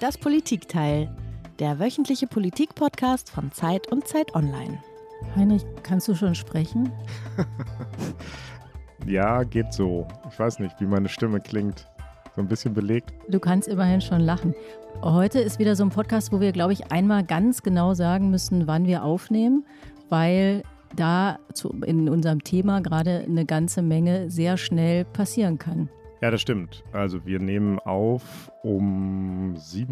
Das Politikteil, der wöchentliche Politik-Podcast von Zeit und Zeit Online. Heinrich, kannst du schon sprechen? Ja, geht so. Ich weiß nicht, wie meine Stimme klingt. So ein bisschen belegt. Du kannst immerhin schon lachen. Heute ist wieder so ein Podcast, wo wir, glaube ich, einmal ganz genau sagen müssen, wann wir aufnehmen, weil da in unserem Thema gerade eine ganze Menge sehr schnell passieren kann. Ja, das stimmt. Also wir nehmen auf um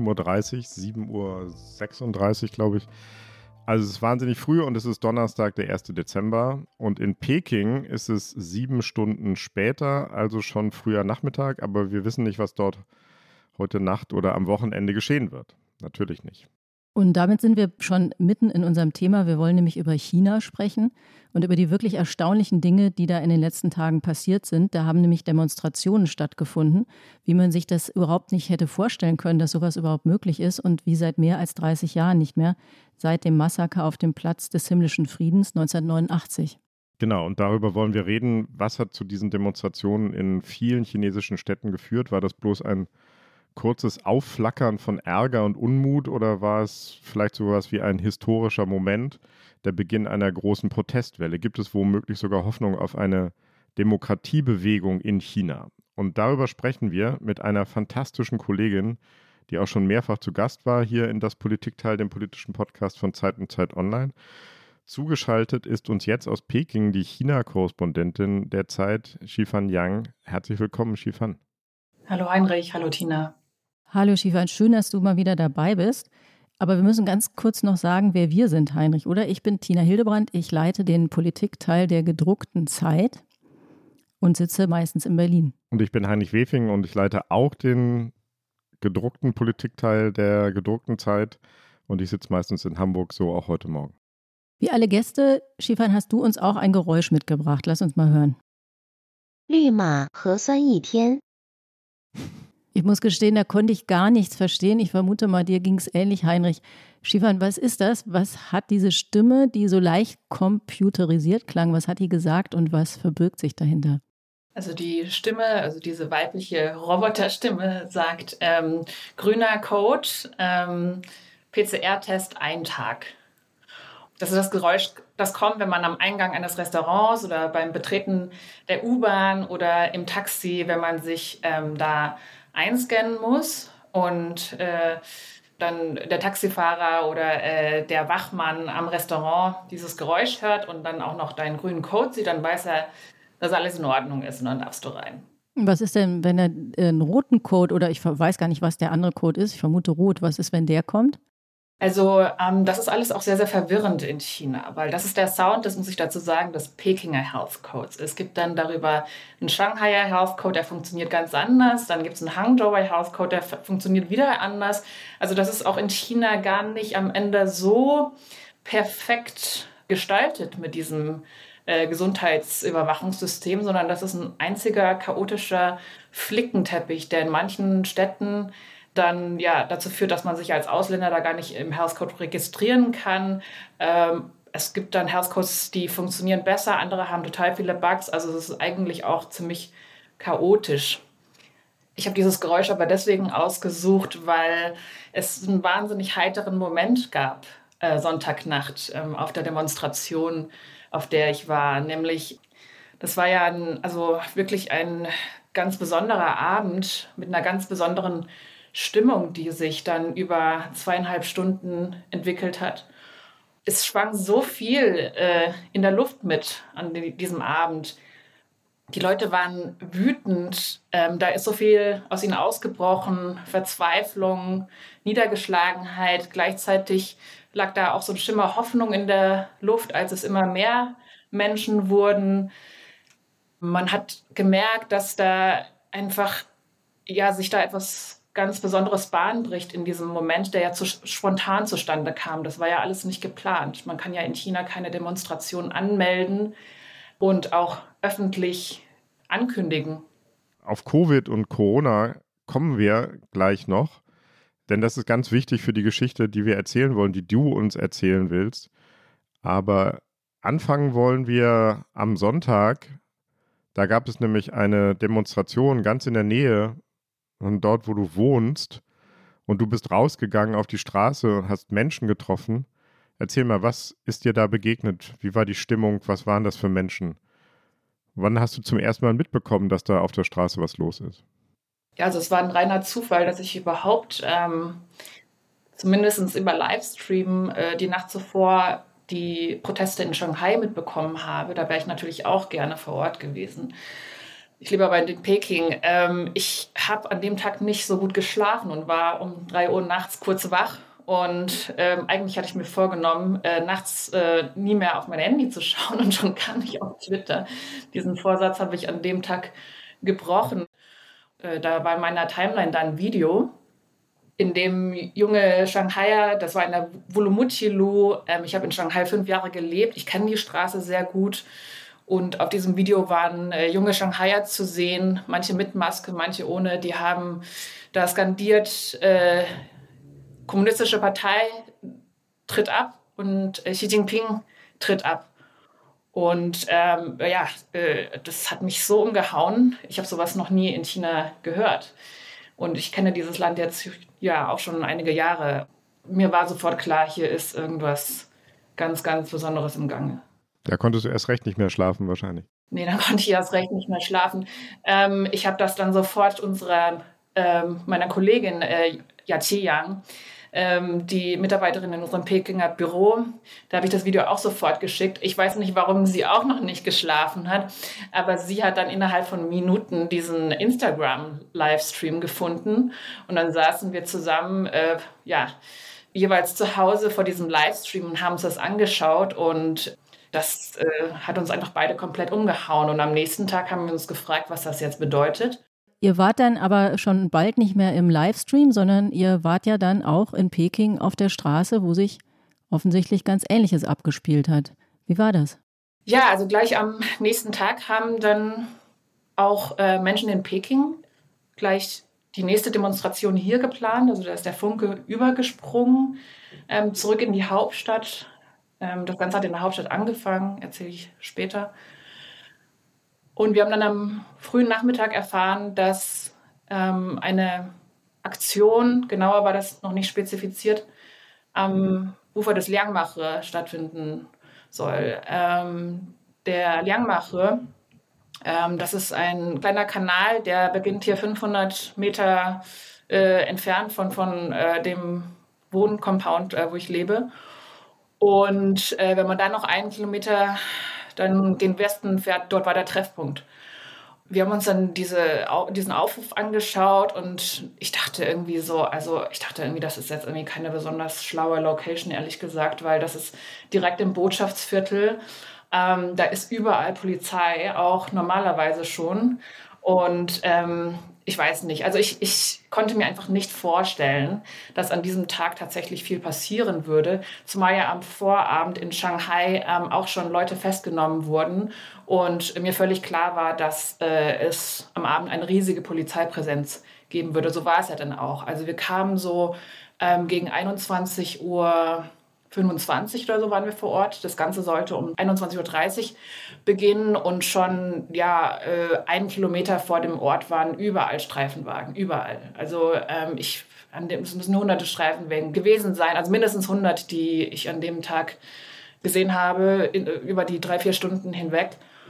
7:30 Uhr, 7:36 Uhr, glaube ich. Also es ist wahnsinnig früh und es ist Donnerstag, der 1. Dezember. Und in Peking ist es 7 Stunden später, also schon früher Nachmittag. Aber wir wissen nicht, was dort heute Nacht oder am Wochenende geschehen wird. Natürlich nicht. Und damit sind wir schon mitten in unserem Thema. Wir wollen nämlich über China sprechen und über die wirklich erstaunlichen Dinge, die da in den letzten Tagen passiert sind. Da haben nämlich Demonstrationen stattgefunden, wie man sich das überhaupt nicht hätte vorstellen können, dass sowas überhaupt möglich ist und wie seit mehr als 30 Jahren nicht mehr, seit dem Massaker auf dem Platz des Himmlischen Friedens 1989. Genau, und darüber wollen wir reden. Was hat zu diesen Demonstrationen in vielen chinesischen Städten geführt? War das bloß ein kurzes Aufflackern von Ärger und Unmut oder war es vielleicht so etwas wie ein historischer Moment, der Beginn einer großen Protestwelle? Gibt es womöglich sogar Hoffnung auf eine Demokratiebewegung in China? Und darüber sprechen wir mit einer fantastischen Kollegin, die auch schon mehrfach zu Gast war hier in Das Politikteil, dem politischen Podcast von Zeit und Zeit Online. Zugeschaltet ist uns jetzt aus Peking die China-Korrespondentin der Zeit, Shifan Yang. Herzlich willkommen, Shifan. Hallo Heinrich, hallo Tina. Hallo Shifan, schön, dass du mal wieder dabei bist. Aber wir müssen ganz kurz noch sagen, wer wir sind, Heinrich, oder? Ich bin Tina Hildebrandt, ich leite den Politikteil der gedruckten Zeit und sitze meistens in Berlin. Und ich bin Heinrich Wefing und ich leite auch den gedruckten Politikteil der gedruckten Zeit und ich sitze meistens in Hamburg, so auch heute Morgen. Wie alle Gäste, Shifan, hast du uns auch ein Geräusch mitgebracht. Lass uns mal hören. 绿码核酸一天。 Ich muss gestehen, da konnte ich gar nichts verstehen. Ich vermute mal, dir ging es ähnlich, Heinrich. Shifan, was ist das? Was hat diese Stimme, die so leicht computerisiert klang, was hat die gesagt und was verbirgt sich dahinter? Also die Stimme, also diese weibliche Roboterstimme sagt, grüner Code, PCR-Test 1 Tag. Das ist das Geräusch, das kommt, wenn man am Eingang eines Restaurants oder beim Betreten der U-Bahn oder im Taxi, wenn man sich da einscannen muss und dann der Taxifahrer oder der Wachmann am Restaurant dieses Geräusch hört und dann auch noch deinen grünen Code sieht, dann weiß er, dass alles in Ordnung ist und dann darfst du rein. Was ist denn, wenn er einen roten Code oder ich weiß gar nicht, was der andere Code ist, ich vermute rot, was ist, wenn der kommt? Also das ist alles auch sehr, sehr verwirrend in China, weil das ist der Sound, das muss ich dazu sagen, des Pekinger Health Codes. Es gibt dann darüber einen Shanghaier Health Code, der funktioniert ganz anders. Dann gibt es einen Hangzhouer Health Code, der funktioniert wieder anders. Also das ist auch in China gar nicht am Ende so perfekt gestaltet mit diesem Gesundheitsüberwachungssystem, sondern das ist ein einziger chaotischer Flickenteppich, der in manchen Städten dann ja dazu führt, dass man sich als Ausländer da gar nicht im Health Code registrieren kann. Es gibt dann Health Codes, die funktionieren besser, andere haben total viele Bugs. Also es ist eigentlich auch ziemlich chaotisch. Ich habe dieses Geräusch aber deswegen ausgesucht, weil es einen wahnsinnig heiteren Moment gab, Sonntagnacht auf der Demonstration, auf der ich war. Nämlich, das war ja wirklich ein ganz besonderer Abend mit einer ganz besonderen Stimmung, die sich dann über 2,5 Stunden entwickelt hat. Es schwang so viel in der Luft mit an diesem Abend. Die Leute waren wütend, da ist so viel aus ihnen ausgebrochen, Verzweiflung, Niedergeschlagenheit. Gleichzeitig lag da auch so ein Schimmer Hoffnung in der Luft, als es immer mehr Menschen wurden. Man hat gemerkt, dass da einfach sich da etwas ganz Besonderes Bahn bricht in diesem Moment, der ja spontan zustande kam. Das war ja alles nicht geplant. Man kann ja in China keine Demonstration anmelden und auch öffentlich ankündigen. Auf Covid und Corona kommen wir gleich noch, denn das ist ganz wichtig für die Geschichte, die wir erzählen wollen, die du uns erzählen willst. Aber anfangen wollen wir am Sonntag. Da gab es nämlich eine Demonstration ganz in der Nähe von dort, wo du wohnst. Und du bist rausgegangen auf die Straße und hast Menschen getroffen. Erzähl mal, was ist dir da begegnet? Wie war die Stimmung? Was waren das für Menschen? Wann hast du zum ersten Mal mitbekommen, dass da auf der Straße was los ist? Ja, also es war ein reiner Zufall, dass ich überhaupt zumindest über Livestream die Nacht zuvor die Proteste in Shanghai mitbekommen habe. Da wäre ich natürlich auch gerne vor Ort gewesen. Ich lebe aber in Peking. Ich habe an dem Tag nicht so gut geschlafen und war um 3 Uhr nachts kurz wach. Und eigentlich hatte ich mir vorgenommen, nachts nie mehr auf mein Handy zu schauen und schon gar nicht auf Twitter. Diesen Vorsatz habe ich an dem Tag gebrochen. Da war in meiner Timeline dann ein Video, in dem junge Shanghaier, das war in der Wulumuchi-lu, ich habe in Shanghai 5 Jahre gelebt, ich kenne die Straße sehr gut und auf diesem Video waren junge Shanghaier zu sehen, manche mit Maske, manche ohne, die haben da skandiert, Kommunistische Partei tritt ab und Xi Jinping tritt ab. Und das hat mich so umgehauen, ich habe sowas noch nie in China gehört. Und ich kenne dieses Land jetzt ja auch schon einige Jahre. Mir war sofort klar, hier ist irgendwas ganz, ganz Besonderes im Gange. Da konntest du erst recht nicht mehr schlafen wahrscheinlich. Nee, dann konnte ich erst recht nicht mehr schlafen. Ich habe das dann sofort meiner Kollegin Ya Qiyang, die Mitarbeiterin in unserem Pekinger Büro, da habe ich das Video auch sofort geschickt. Ich weiß nicht, warum sie auch noch nicht geschlafen hat, aber sie hat dann innerhalb von Minuten diesen Instagram-Livestream gefunden und dann saßen wir zusammen, jeweils zu Hause vor diesem Livestream und haben uns das angeschaut und das hat uns einfach beide komplett umgehauen und am nächsten Tag haben wir uns gefragt, was das jetzt bedeutet. Ihr wart dann aber schon bald nicht mehr im Livestream, sondern ihr wart ja dann auch in Peking auf der Straße, wo sich offensichtlich ganz Ähnliches abgespielt hat. Wie war das? Ja, also gleich am nächsten Tag haben dann auch Menschen in Peking gleich die nächste Demonstration hier geplant. Also da ist der Funke übergesprungen, zurück in die Hauptstadt. Das Ganze hat in der Hauptstadt angefangen, erzähle ich später. Und wir haben dann am frühen Nachmittag erfahren, dass eine Aktion, genauer war das noch nicht spezifiziert, am Ufer des Liangmache stattfinden soll. Der Liangmache, das ist ein kleiner Kanal, der beginnt hier 500 Meter entfernt von dem Wohncompound, wo ich lebe. Und wenn man da noch 1 Kilometer dann den Westen fährt, dort war der Treffpunkt. Wir haben uns dann diesen Aufruf angeschaut und ich dachte irgendwie, das ist jetzt irgendwie keine besonders schlaue Location, ehrlich gesagt, weil das ist direkt im Botschaftsviertel. Da ist überall Polizei, auch normalerweise schon. Und ich weiß nicht, also ich konnte mir einfach nicht vorstellen, dass an diesem Tag tatsächlich viel passieren würde, zumal ja am Vorabend in Shanghai auch schon Leute festgenommen wurden und mir völlig klar war, dass es am Abend eine riesige Polizeipräsenz geben würde. So war es ja dann auch. Also wir kamen so gegen 21:25 Uhr oder so waren wir vor Ort. Das Ganze sollte um 21:30 Uhr beginnen und schon 1 Kilometer vor dem Ort waren überall Streifenwagen, überall. Also es müssen hunderte Streifenwagen gewesen sein, also mindestens 100, die ich an dem Tag gesehen habe, über die 3-4 Stunden hinweg.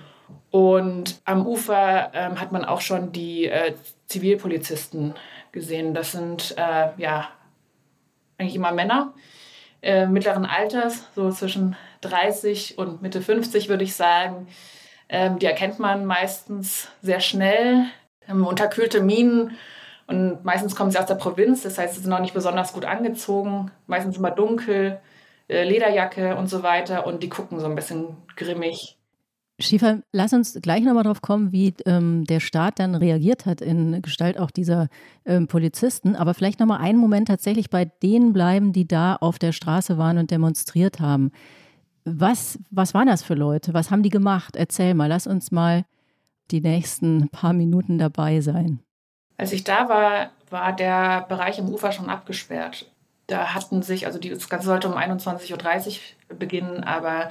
Und am Ufer hat man auch schon die Zivilpolizisten gesehen. Das sind eigentlich immer Männer mittleren Alters, so zwischen 30 und Mitte 50 würde ich sagen. Die erkennt man meistens sehr schnell, unterkühlte Minen und meistens kommen sie aus der Provinz, das heißt, sie sind noch nicht besonders gut angezogen, meistens immer dunkel, Lederjacke und so weiter und die gucken so ein bisschen grimmig. Schiefer, lass uns gleich nochmal drauf kommen, wie der Staat dann reagiert hat in Gestalt auch dieser Polizisten. Aber vielleicht nochmal einen Moment tatsächlich bei denen bleiben, die da auf der Straße waren und demonstriert haben. Was waren das für Leute? Was haben die gemacht? Erzähl mal, lass uns mal die nächsten paar Minuten dabei sein. Als ich da war, war der Bereich am Ufer schon abgesperrt. Da hatten sich, also das Ganze sollte um 21:30 Uhr beginnen, aber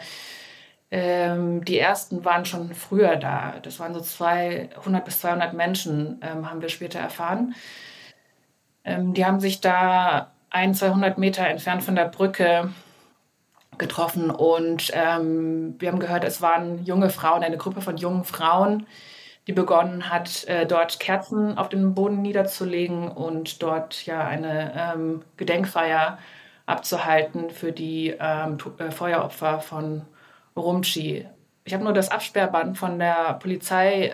die ersten waren schon früher da. Das waren so 100 bis 200 Menschen, haben wir später erfahren. Die haben sich da 200 Meter entfernt von der Brücke getroffen und wir haben gehört, es waren junge Frauen, eine Gruppe von jungen Frauen, die begonnen hat, dort Kerzen auf den Boden niederzulegen und dort ja eine Gedenkfeier abzuhalten für die Feueropfer von Urumqi. Ich habe nur das Absperrband von der Polizei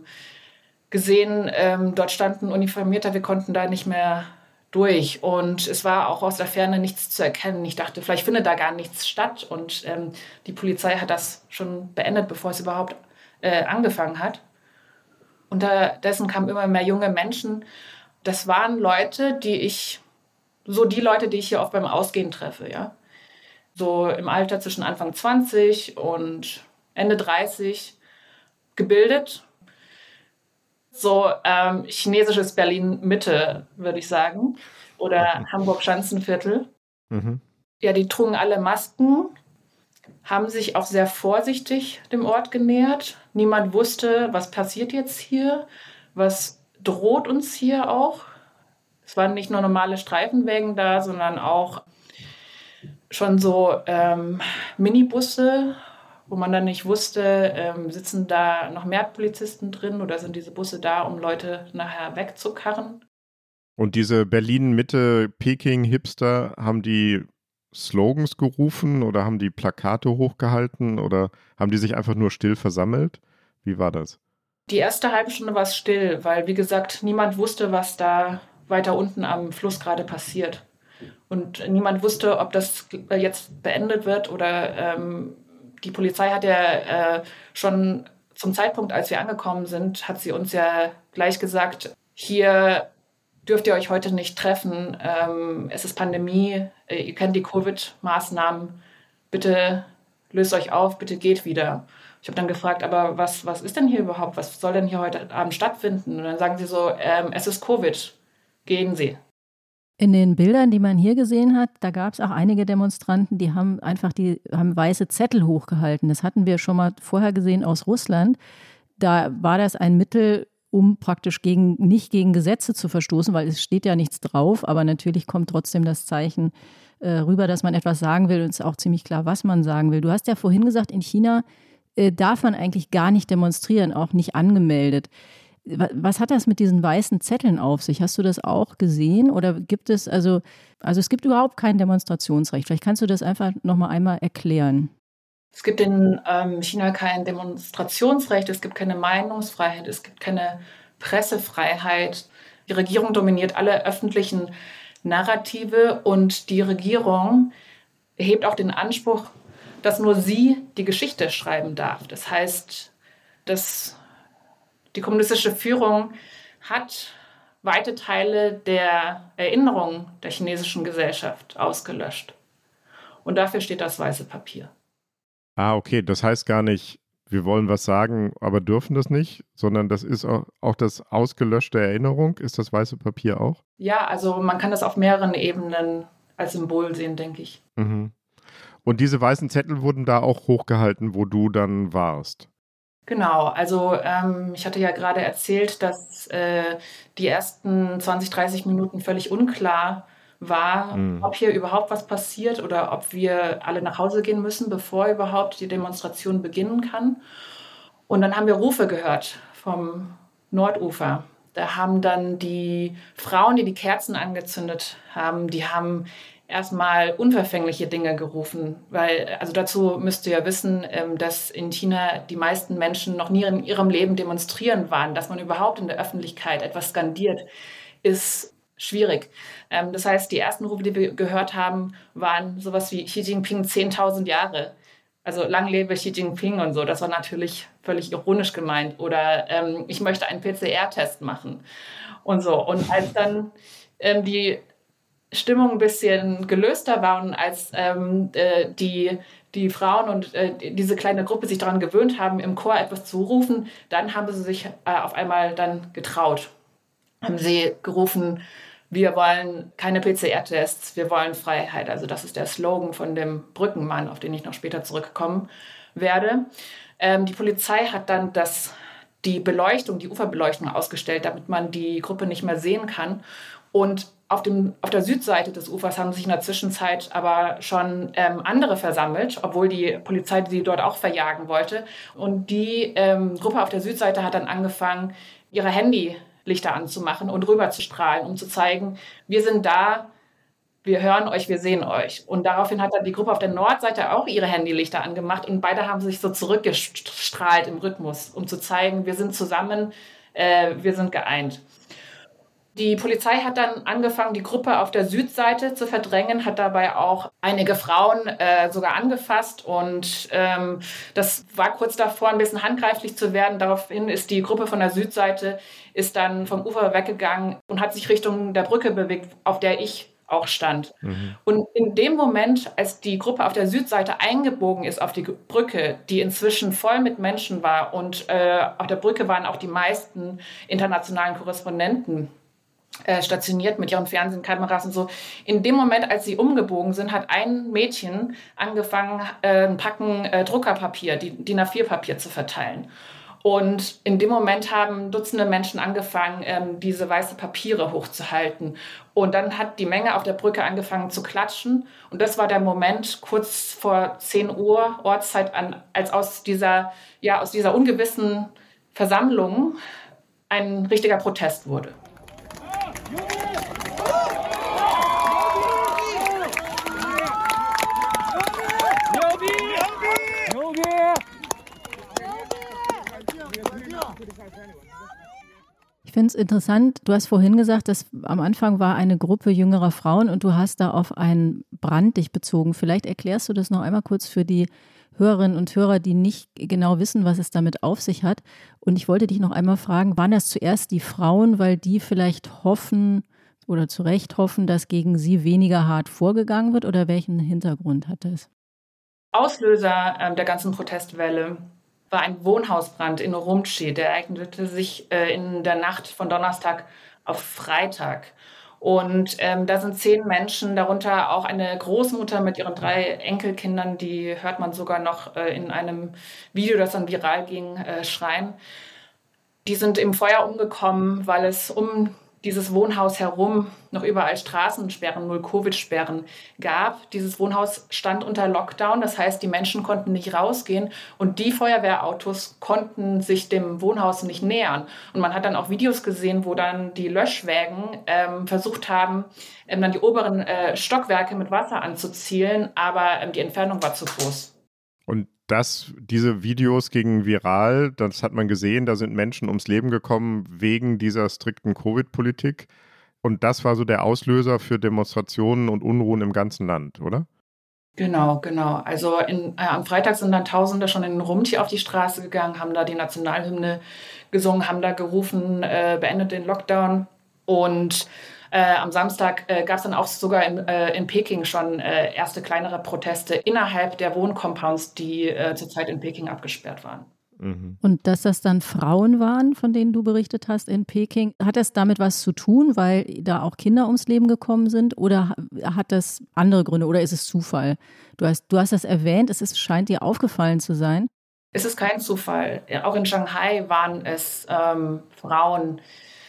gesehen. Dort standen Uniformierte, wir konnten da nicht mehr durch. Und es war auch aus der Ferne nichts zu erkennen. Ich dachte, vielleicht findet da gar nichts statt. Und die Polizei hat das schon beendet, bevor es überhaupt angefangen hat. Unterdessen kamen immer mehr junge Menschen. Das waren Leute, die ich hier oft beim Ausgehen treffe. Ja? So im Alter zwischen Anfang 20 und Ende 30, gebildet. So chinesisches Berlin-Mitte, würde ich sagen. Oder Hamburg-Schanzenviertel. Mhm. Ja, die trugen alle Masken, haben sich auch sehr vorsichtig dem Ort genähert. Niemand wusste, was passiert jetzt hier, was droht uns hier auch. Es waren nicht nur normale Streifenwägen da, sondern auch schon so Minibusse, wo man dann nicht wusste, sitzen da noch mehr Polizisten drin oder sind diese Busse da, um Leute nachher wegzukarren? Und diese Berlin-Mitte, Peking-Hipster, haben die Slogans gerufen oder haben die Plakate hochgehalten oder haben die sich einfach nur still versammelt? Wie war das? Die erste halbe Stunde war es still, weil, wie gesagt, niemand wusste, was da weiter unten am Fluss gerade passiert. Und niemand wusste, ob das jetzt beendet wird oder die Polizei hat ja schon zum Zeitpunkt, als wir angekommen sind, hat sie uns ja gleich gesagt, hier dürft ihr euch heute nicht treffen, es ist Pandemie, ihr kennt die Covid-Maßnahmen, bitte löst euch auf, bitte geht wieder. Ich habe dann gefragt, aber was ist denn hier überhaupt, was soll denn hier heute Abend stattfinden? Und dann sagen sie so, es ist Covid, gehen Sie. In den Bildern, die man hier gesehen hat, da gab es auch einige Demonstranten, die haben weiße Zettel hochgehalten. Das hatten wir schon mal vorher gesehen aus Russland. Da war das ein Mittel, um praktisch nicht gegen Gesetze zu verstoßen, weil es steht ja nichts drauf, aber natürlich kommt trotzdem das Zeichen rüber, dass man etwas sagen will und es ist auch ziemlich klar, was man sagen will. Du hast ja vorhin gesagt, in China darf man eigentlich gar nicht demonstrieren, auch nicht angemeldet. Was hat das mit diesen weißen Zetteln auf sich? Hast du das auch gesehen? Oder gibt es, also es gibt überhaupt kein Demonstrationsrecht. Vielleicht kannst du das einfach nochmal einmal erklären. Es gibt in China kein Demonstrationsrecht, es gibt keine Meinungsfreiheit, es gibt keine Pressefreiheit. Die Regierung dominiert alle öffentlichen Narrative und die Regierung erhebt auch den Anspruch, dass nur sie die Geschichte schreiben darf. Das heißt, die kommunistische Führung hat weite Teile der Erinnerung der chinesischen Gesellschaft ausgelöscht. Und dafür steht das weiße Papier. Ah, okay. Das heißt gar nicht, wir wollen was sagen, aber dürfen das nicht, sondern das ist auch das ausgelöschte Erinnerung. Ist das weiße Papier auch? Ja, also man kann das auf mehreren Ebenen als Symbol sehen, denke ich. Mhm. Und diese weißen Zettel wurden da auch hochgehalten, wo du dann warst? Genau, also ich hatte ja gerade erzählt, dass die ersten 20, 30 Minuten völlig unklar war, ob hier überhaupt was passiert oder ob wir alle nach Hause gehen müssen, bevor überhaupt die Demonstration beginnen kann. Und dann haben wir Rufe gehört vom Nordufer. Da haben dann die Frauen, die Kerzen angezündet haben, die haben erstmal unverfängliche Dinge gerufen, weil, also dazu müsst ihr ja wissen, dass in China die meisten Menschen noch nie in ihrem Leben demonstrieren waren, dass man überhaupt in der Öffentlichkeit etwas skandiert, ist schwierig. Das heißt, die ersten Rufe, die wir gehört haben, waren sowas wie Xi Jinping 10.000 Jahre. Also lang lebe Xi Jinping und so. Das war natürlich völlig ironisch gemeint. Oder ich möchte einen PCR-Test machen und so. Und als dann die Stimmung ein bisschen gelöster war und als die Frauen und diese kleine Gruppe sich daran gewöhnt haben, im Chor etwas zu rufen, dann haben sie sich auf einmal dann getraut. Haben sie gerufen, wir wollen keine PCR-Tests, wir wollen Freiheit. Also das ist der Slogan von dem Brückenmann, auf den ich noch später zurückkommen werde. Die Polizei hat dann die Uferbeleuchtung ausgestellt, damit man die Gruppe nicht mehr sehen kann. Und auf der Südseite des Ufers haben sich in der Zwischenzeit aber schon andere versammelt, obwohl die Polizei sie dort auch verjagen wollte. Und die Gruppe auf der Südseite hat dann angefangen, ihre Handylichter anzumachen und rüber zu strahlen, um zu zeigen, wir sind da, wir hören euch, wir sehen euch. Und daraufhin hat dann die Gruppe auf der Nordseite auch ihre Handylichter angemacht und beide haben sich so zurückgestrahlt im Rhythmus, um zu zeigen, wir sind zusammen, wir sind geeint. Die Polizei hat dann angefangen, die Gruppe auf der Südseite zu verdrängen, hat dabei auch einige Frauen sogar angefasst und das war kurz davor, ein bisschen handgreiflich zu werden. Daraufhin ist die Gruppe von der Südseite ist dann vom Ufer weggegangen und hat sich Richtung der Brücke bewegt, auf der ich auch stand. Und in dem Moment, als die Gruppe auf der Südseite eingebogen ist auf die Brücke, die inzwischen voll mit Menschen war und auf der Brücke waren auch die meisten internationalen Korrespondenten stationiert mit ihren Fernsehkameras und so. In dem Moment, als sie umgebogen sind, hat ein Mädchen angefangen, ein Packen Druckerpapier, DIN A4-Papier zu verteilen. Und in dem Moment haben Dutzende Menschen angefangen, diese weißen Papiere hochzuhalten. Und dann hat die Menge auf der Brücke angefangen zu klatschen. Und das war der Moment kurz vor 10 Uhr Ortszeit, als aus dieser ungewissen Versammlung ein richtiger Protest wurde. Ich finde es interessant, du hast vorhin gesagt, dass am Anfang war eine Gruppe jüngerer Frauen und du hast da auf einen Brand dich bezogen. Vielleicht erklärst du das noch einmal kurz für die Hörerinnen und Hörer, die nicht genau wissen, was es damit auf sich hat. Und ich wollte dich noch einmal fragen, waren das zuerst die Frauen, weil die vielleicht hoffen oder zu Recht hoffen, dass gegen sie weniger hart vorgegangen wird, oder welchen Hintergrund hat das? Auslöser der ganzen Protestwelle war ein Wohnhausbrand in Urumqi. Der ereignete sich in der Nacht von Donnerstag auf Freitag. Und da sind 10 Menschen, darunter auch eine Großmutter mit ihren 3 Enkelkindern, die hört man sogar noch in einem Video, das dann viral ging, schreien. Die sind im Feuer umgekommen, weil es um dieses Wohnhaus herum noch überall Straßensperren, Null-Covid-Sperren gab. Dieses Wohnhaus stand unter Lockdown, das heißt, die Menschen konnten nicht rausgehen und die Feuerwehrautos konnten sich dem Wohnhaus nicht nähern. Und man hat dann auch Videos gesehen, wo dann die Löschwägen versucht haben, dann die oberen Stockwerke mit Wasser anzuzielen, aber die Entfernung war zu groß. Und diese Videos gingen viral, das hat man gesehen, da sind Menschen ums Leben gekommen wegen dieser strikten Covid-Politik. Und das war so der Auslöser für Demonstrationen und Unruhen im ganzen Land, oder? Genau. Also am Freitag sind dann Tausende schon in Urumqi auf die Straße gegangen, haben da die Nationalhymne gesungen, haben da gerufen, beendet den Lockdown. Und am Samstag gab es dann auch sogar in Peking schon erste kleinere Proteste innerhalb der Wohncompounds, die zurzeit in Peking abgesperrt waren. Und dass das dann Frauen waren, von denen du berichtet hast in Peking, hat das damit was zu tun, weil da auch Kinder ums Leben gekommen sind, oder hat das andere Gründe, oder ist es Zufall? Du hast das erwähnt, scheint dir aufgefallen zu sein. Es ist kein Zufall. Auch in Shanghai waren es Frauen,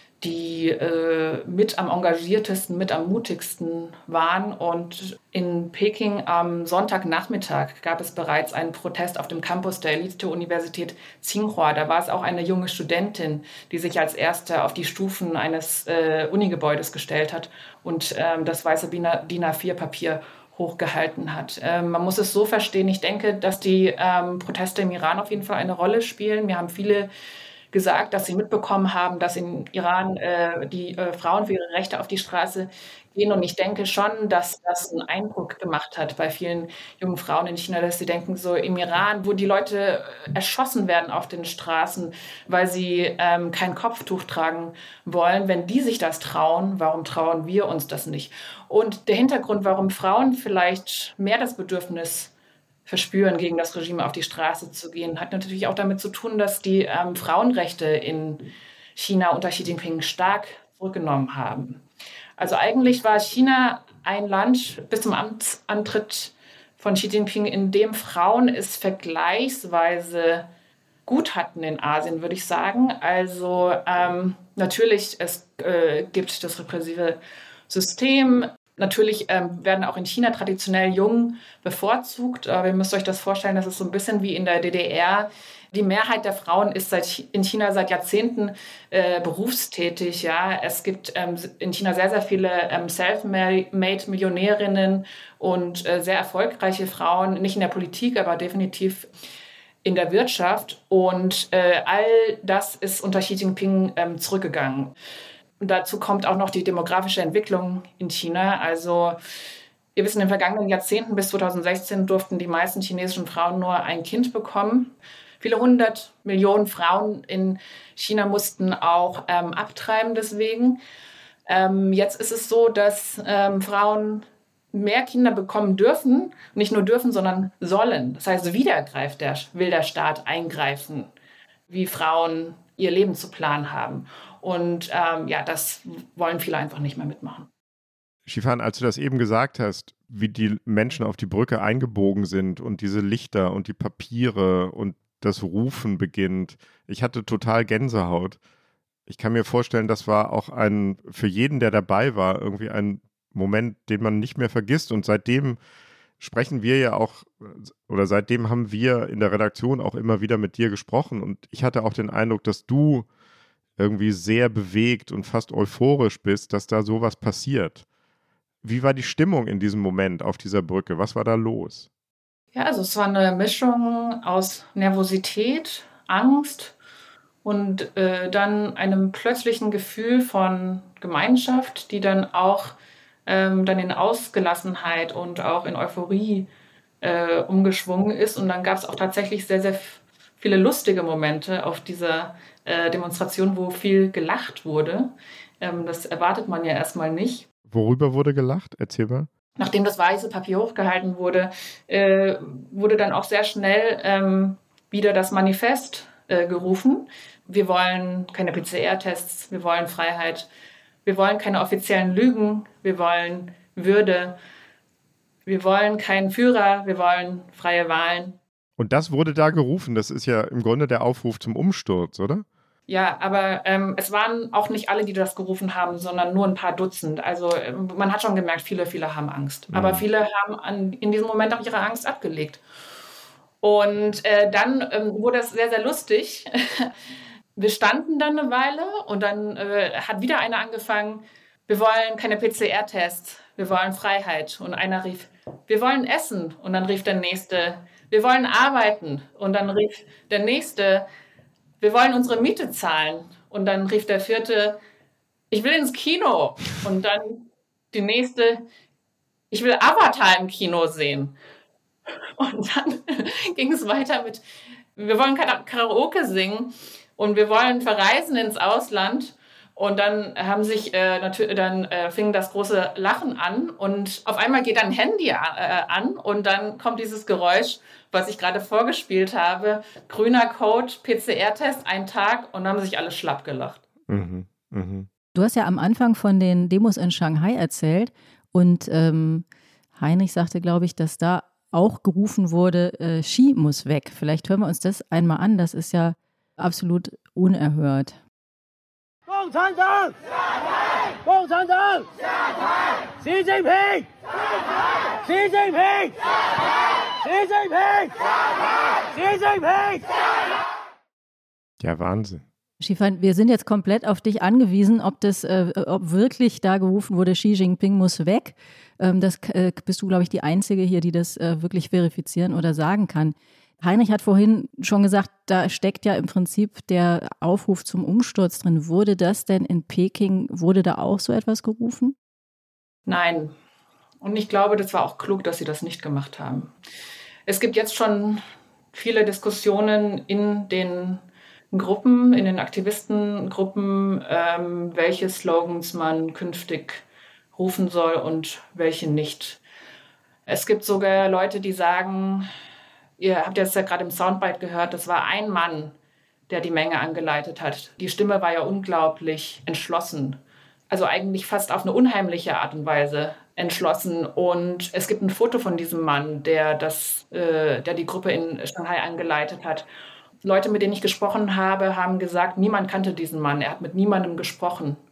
die mit am engagiertesten, mit am mutigsten waren. Und in Peking am Sonntagnachmittag gab es bereits einen Protest auf dem Campus der Elite-Universität Tsinghua. Da war es auch eine junge Studentin, die sich als erste auf die Stufen eines Unigebäudes gestellt hat und das weiße DIN A4-Papier hochgehalten hat. Man muss es so verstehen, ich denke, dass die Proteste im Iran auf jeden Fall eine Rolle spielen. Mir haben viele gesagt, dass sie mitbekommen haben, dass in Iran die Frauen für ihre Rechte auf die Straße gehen. Und ich denke schon, dass das einen Eindruck gemacht hat bei vielen jungen Frauen in China, dass sie denken, so im Iran, wo die Leute erschossen werden auf den Straßen, weil sie kein Kopftuch tragen wollen, wenn die sich das trauen, warum trauen wir uns das nicht? Und der Hintergrund, warum Frauen vielleicht mehr das Bedürfnis verspüren, gegen das Regime auf die Straße zu gehen, hat natürlich auch damit zu tun, dass die Frauenrechte in China unter Xi Jinping stark zurückgenommen haben. Also eigentlich war China ein Land bis zum Amtsantritt von Xi Jinping, in dem Frauen es vergleichsweise gut hatten in Asien, würde ich sagen. Also natürlich, es gibt das repressive System. Natürlich werden auch in China traditionell Jungen bevorzugt. Aber ihr müsst euch das vorstellen, das ist so ein bisschen wie in der DDR. Die Mehrheit der Frauen ist in China seit Jahrzehnten berufstätig. Ja. Es gibt in China sehr, sehr viele Self-Made-Millionärinnen und sehr erfolgreiche Frauen, nicht in der Politik, aber definitiv in der Wirtschaft. Und all das ist unter Xi Jinping zurückgegangen. Und dazu kommt auch noch die demografische Entwicklung in China. Also wir wissen, in den vergangenen Jahrzehnten bis 2016 durften die meisten chinesischen Frauen nur ein Kind bekommen. Viele 100 Millionen Frauen in China mussten auch abtreiben deswegen. Jetzt ist es so, dass Frauen mehr Kinder bekommen dürfen, nicht nur dürfen, sondern sollen. Das heißt, wieder will der Staat eingreifen, wie Frauen ihr Leben zu planen haben. Und das wollen viele einfach nicht mehr mitmachen. Shifan, als du das eben gesagt hast, wie die Menschen auf die Brücke eingebogen sind und diese Lichter und die Papiere und das Rufen beginnt, ich hatte total Gänsehaut. Ich kann mir vorstellen, das war auch für jeden, der dabei war, irgendwie ein Moment, den man nicht mehr vergisst. Und seitdem sprechen wir ja auch, oder seitdem haben wir in der Redaktion auch immer wieder mit dir gesprochen. Und ich hatte auch den Eindruck, dass du irgendwie sehr bewegt und fast euphorisch bist, dass da sowas passiert. Wie war die Stimmung in diesem Moment auf dieser Brücke? Was war da los? Ja, also es war eine Mischung aus Nervosität, Angst und dann einem plötzlichen Gefühl von Gemeinschaft, die dann auch dann in Ausgelassenheit und auch in Euphorie umgeschwungen ist. Und dann gab es auch tatsächlich sehr, sehr viele lustige Momente auf dieser Demonstration, wo viel gelacht wurde. Das erwartet man ja erstmal nicht. Worüber wurde gelacht? Erzähl mal. Nachdem das weiße Papier hochgehalten wurde, wurde dann auch sehr schnell wieder das Manifest gerufen. Wir wollen keine PCR-Tests, wir wollen Freiheit, wir wollen keine offiziellen Lügen, wir wollen Würde, wir wollen keinen Führer, wir wollen freie Wahlen. Und das wurde da gerufen, das ist ja im Grunde der Aufruf zum Umsturz, oder? Ja, aber es waren auch nicht alle, die das gerufen haben, sondern nur ein paar Dutzend. Also man hat schon gemerkt, viele haben Angst. Aber viele haben in diesem Moment auch ihre Angst abgelegt. Und dann wurde es sehr, sehr lustig. Wir standen dann eine Weile und dann hat wieder einer angefangen, wir wollen keine PCR-Tests, wir wollen Freiheit. Und einer rief, wir wollen essen. Und dann rief der Nächste, wir wollen arbeiten. Und dann rief der Nächste, wir wollen unsere Miete zahlen. Und dann rief der Vierte, ich will ins Kino. Und dann die Nächste, ich will Avatar im Kino sehen. Und dann ging es weiter mit, wir wollen Karaoke singen und wir wollen verreisen ins Ausland. Und dann fing das große Lachen an und auf einmal geht ein Handy an und dann kommt dieses Geräusch, was ich gerade vorgespielt habe. Grüner Code, PCR-Test, ein Tag und dann haben sich alle schlapp gelacht. Du hast ja am Anfang von den Demos in Shanghai erzählt und Heinrich sagte, glaube ich, dass da auch gerufen wurde, Xi muss weg. Vielleicht hören wir uns das einmal an, das ist ja absolut unerhört. 共产党下台！共产党下台！习近平下台！习近平下台！习近平下台！习近平下台！ Ja, Wahnsinn. Shifan, wir sind jetzt komplett auf dich angewiesen, ob wirklich da gerufen wurde, Xi Jinping muss weg. Das bist du, glaube ich, die Einzige hier, die das wirklich verifizieren oder sagen kann. Heinrich hat vorhin schon gesagt, da steckt ja im Prinzip der Aufruf zum Umsturz drin. Wurde das denn in Peking, wurde da auch so etwas gerufen? Nein. Und ich glaube, das war auch klug, dass sie das nicht gemacht haben. Es gibt jetzt schon viele Diskussionen in den Gruppen, in den Aktivistengruppen, welche Slogans man künftig rufen soll und welche nicht. Es gibt sogar Leute, die sagen, ihr habt jetzt ja gerade im Soundbite gehört, das war ein Mann, der die Menge angeleitet hat. Die Stimme war ja unglaublich entschlossen. Also eigentlich fast auf eine unheimliche Art und Weise entschlossen. Und es gibt ein Foto von diesem Mann, der die Gruppe in Shanghai angeleitet hat. Leute, mit denen ich gesprochen habe, haben gesagt, niemand kannte diesen Mann. Er hat mit niemandem gesprochen.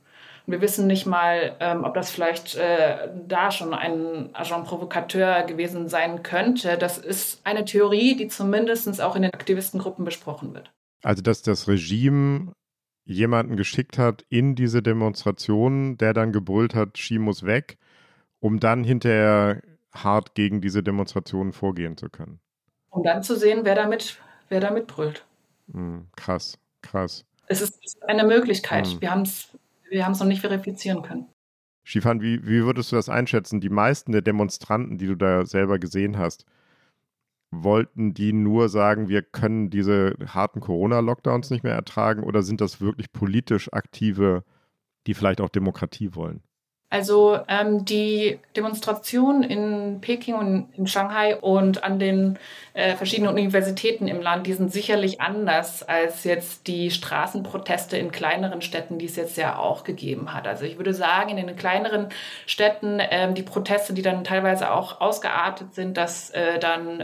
Wir wissen nicht mal, ob das vielleicht da schon ein Agent Provocateur gewesen sein könnte. Das ist eine Theorie, die zumindest auch in den Aktivistengruppen besprochen wird. Also, dass das Regime jemanden geschickt hat in diese Demonstration, der dann gebrüllt hat, Xi muss weg, um dann hinterher hart gegen diese Demonstrationen vorgehen zu können. Um dann zu sehen, wer damit brüllt. Krass. Es ist eine Möglichkeit. Wir haben es noch nicht verifizieren können. Shifan, wie würdest du das einschätzen? Die meisten der Demonstranten, die du da selber gesehen hast, wollten die nur sagen, wir können diese harten Corona-Lockdowns nicht mehr ertragen, oder sind das wirklich politisch Aktive, die vielleicht auch Demokratie wollen? Also die Demonstrationen in Peking und in Shanghai und an den verschiedenen Universitäten im Land, die sind sicherlich anders als jetzt die Straßenproteste in kleineren Städten, die es jetzt ja auch gegeben hat. Also ich würde sagen, in den kleineren Städten die Proteste, die dann teilweise auch ausgeartet sind, dass dann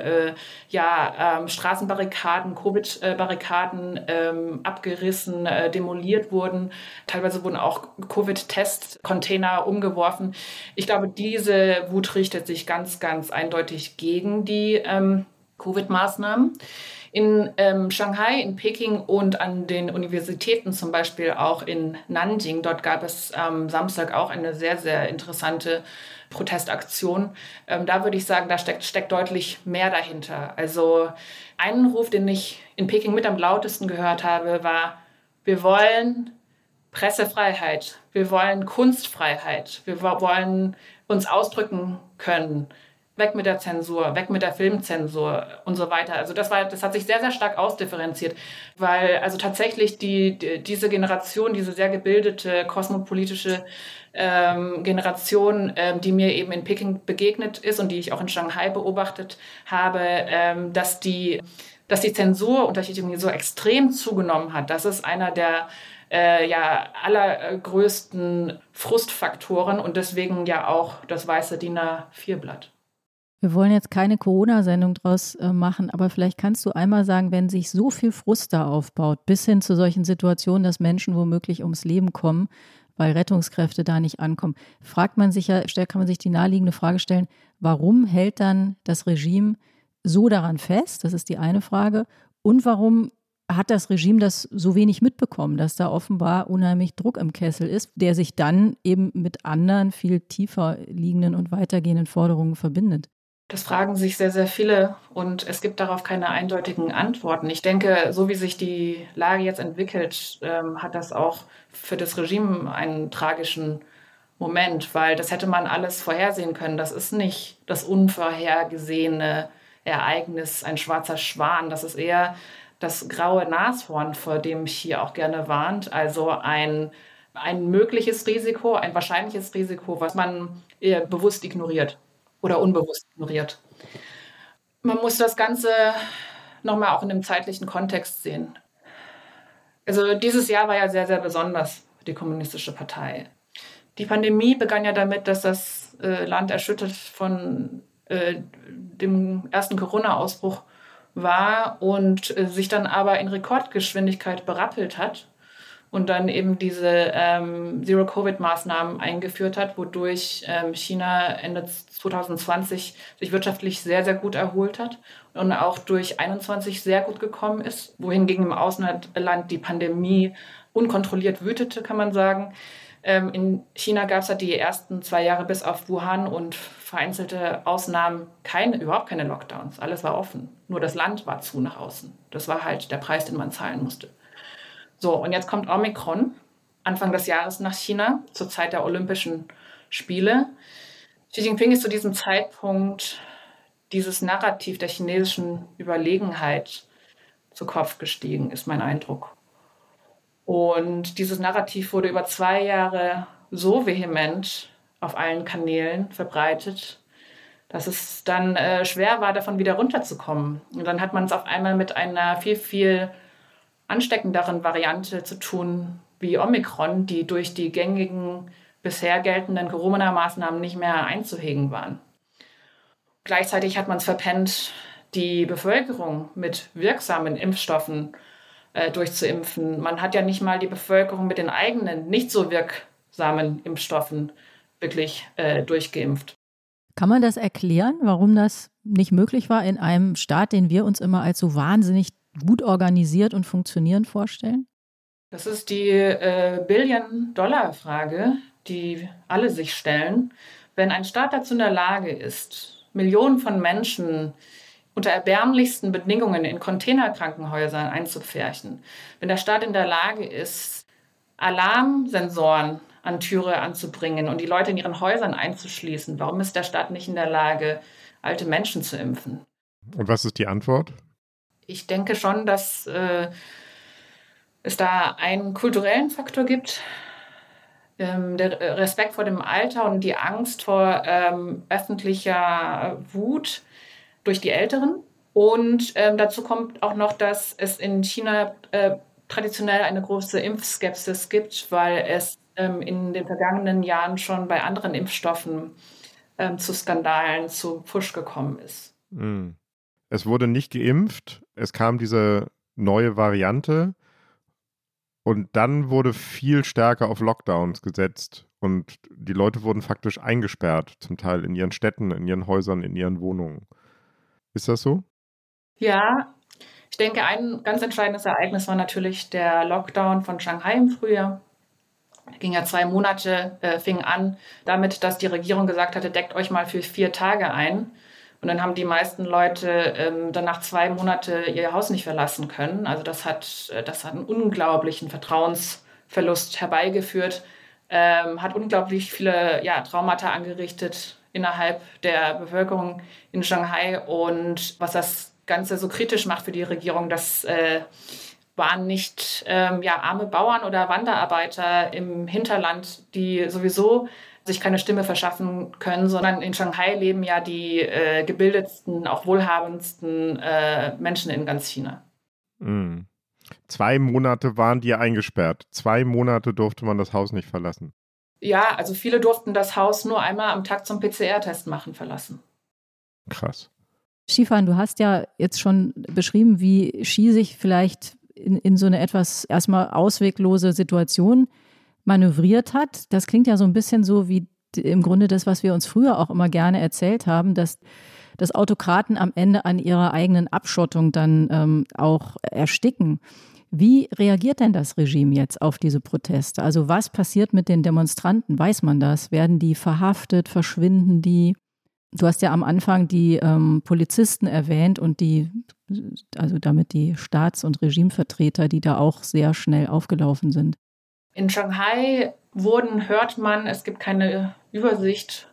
Straßenbarrikaden, Covid-Barrikaden abgerissen, demoliert wurden. Teilweise wurden auch Covid-Test-Container umgeworfen. Ich glaube, diese Wut richtet sich ganz, ganz eindeutig gegen die Covid-Maßnahmen. In Shanghai, in Peking und an den Universitäten, zum Beispiel auch in Nanjing, dort gab es am Samstag auch eine sehr, sehr interessante Protestaktion. Da würde ich sagen, da steckt deutlich mehr dahinter. Also ein Ruf, den ich in Peking mit am lautesten gehört habe, war: Wir wollen Pressefreiheit, wir wollen Kunstfreiheit, wir wollen uns ausdrücken können. Weg mit der Zensur, weg mit der Filmzensur und so weiter. Also das hat sich sehr, sehr stark ausdifferenziert, weil also tatsächlich diese Generation, diese sehr gebildete, kosmopolitische Generation, die mir eben in Peking begegnet ist und die ich auch in Shanghai beobachtet habe, dass die Zensur und Unterschiedlichkeit so extrem zugenommen hat. Das ist einer der allergrößten Frustfaktoren und deswegen ja auch das weiße DIN A4-Blatt. Wir wollen jetzt keine Corona-Sendung draus machen, aber vielleicht kannst du einmal sagen, wenn sich so viel Frust da aufbaut, bis hin zu solchen Situationen, dass Menschen womöglich ums Leben kommen, weil Rettungskräfte da nicht ankommen, kann man sich die naheliegende Frage stellen, warum hält dann das Regime so daran fest? Das ist die eine Frage. Und warum hat das Regime das so wenig mitbekommen, dass da offenbar unheimlich Druck im Kessel ist, der sich dann eben mit anderen, viel tiefer liegenden und weitergehenden Forderungen verbindet? Das fragen sich sehr, sehr viele und es gibt darauf keine eindeutigen Antworten. Ich denke, so wie sich die Lage jetzt entwickelt, hat das auch für das Regime einen tragischen Moment, weil das hätte man alles vorhersehen können. Das ist nicht das unvorhergesehene Ereignis, ein schwarzer Schwan. Das ist eher das graue Nashorn, vor dem Xi auch gerne warnt. Also ein mögliches Risiko, ein wahrscheinliches Risiko, was man eher bewusst ignoriert oder unbewusst ignoriert. Man muss das Ganze nochmal auch in einem zeitlichen Kontext sehen. Also dieses Jahr war ja sehr, sehr besonders für die Kommunistische Partei. Die Pandemie begann ja damit, dass das Land erschüttert von dem ersten Corona-Ausbruch war und sich dann aber in Rekordgeschwindigkeit berappelt hat und dann eben diese Zero-Covid-Maßnahmen eingeführt hat, wodurch China Ende 2020 sich wirtschaftlich sehr, sehr gut erholt hat und auch durch 2021 sehr gut gekommen ist, wohingegen im Ausland die Pandemie unkontrolliert wütete, kann man sagen. In China gab es halt die ersten 2 Jahre bis auf Wuhan und vereinzelte Ausnahmen überhaupt keine Lockdowns. Alles war offen. Nur das Land war zu nach außen. Das war halt der Preis, den man zahlen musste. So, und jetzt kommt Omikron, Anfang des Jahres nach China, zur Zeit der Olympischen Spiele. Xi Jinping ist zu diesem Zeitpunkt dieses Narrativ der chinesischen Überlegenheit zu Kopf gestiegen, ist mein Eindruck. Und dieses Narrativ wurde über 2 Jahre so vehement auf allen Kanälen verbreitet, dass es dann schwer war, davon wieder runterzukommen. Und dann hat man es auf einmal mit einer viel, viel ansteckenderen Variante zu tun wie Omikron, die durch die gängigen, bisher geltenden Corona-Maßnahmen nicht mehr einzuhegen waren. Gleichzeitig hat man es verpennt, die Bevölkerung mit wirksamen Impfstoffen durchzuimpfen. Man hat ja nicht mal die Bevölkerung mit den eigenen, nicht so Impfstoffen wirklich durchgeimpft. Kann man das erklären, warum das nicht möglich war in einem Staat, den wir uns immer als so wahnsinnig gut organisiert und funktionierend vorstellen? Das ist die Billion-Dollar-Frage, die alle sich stellen. Wenn ein Staat dazu in der Lage ist, Millionen von Menschen unter erbärmlichsten Bedingungen in Containerkrankenhäusern einzupferchen, wenn der Staat in der Lage ist, Alarmsensoren an Türe anzubringen und die Leute in ihren Häusern einzuschließen, warum ist der Staat nicht in der Lage, alte Menschen zu impfen? Und was ist die Antwort? Ich denke schon, dass es da einen kulturellen Faktor gibt, der Respekt vor dem Alter und die Angst vor öffentlicher Wut durch die Älteren. Und dazu kommt auch noch, dass es in China traditionell eine große Impfskepsis gibt, weil es in den vergangenen Jahren schon bei anderen Impfstoffen zu Skandalen, zu Pfusch gekommen ist. Es wurde nicht geimpft, es kam diese neue Variante und dann wurde viel stärker auf Lockdowns gesetzt und die Leute wurden faktisch eingesperrt, zum Teil in ihren Städten, in ihren Häusern, in ihren Wohnungen. Ist das so? Ja, ich denke, ein ganz entscheidendes Ereignis war natürlich der Lockdown von Shanghai im Frühjahr. Ging ja 2 Monate, fing an damit, dass die Regierung gesagt hatte, deckt euch mal für 4 Tage ein. Und dann haben die meisten Leute dann nach 2 Monaten ihr Haus nicht verlassen können. Also das hat einen unglaublichen Vertrauensverlust herbeigeführt, hat unglaublich viele Traumata angerichtet innerhalb der Bevölkerung in Shanghai. Und was das Ganze so kritisch macht für die Regierung, das waren nicht arme Bauern oder Wanderarbeiter im Hinterland, die sowieso sich keine Stimme verschaffen können, sondern in Shanghai leben ja die gebildetsten, auch wohlhabendsten Menschen in ganz China. 2 Monate waren die eingesperrt. 2 Monate durfte man das Haus nicht verlassen. Ja, also viele durften das Haus nur einmal am Tag zum PCR-Test machen verlassen. Krass. Shifan, du hast ja jetzt schon beschrieben, wie Xi sich vielleicht in so eine etwas erstmal ausweglose Situation manövriert hat. Das klingt ja so ein bisschen so wie im Grunde das, was wir uns früher auch immer gerne erzählt haben, dass Autokraten am Ende an ihrer eigenen Abschottung dann auch ersticken. Wie reagiert denn das Regime jetzt auf diese Proteste? Also was passiert mit den Demonstranten? Weiß man das? Werden die verhaftet? Verschwinden die? Du hast ja am Anfang die Polizisten erwähnt und also damit die Staats- und Regimevertreter, die da auch sehr schnell aufgelaufen sind. In Shanghai hört man, es gibt keine Übersicht,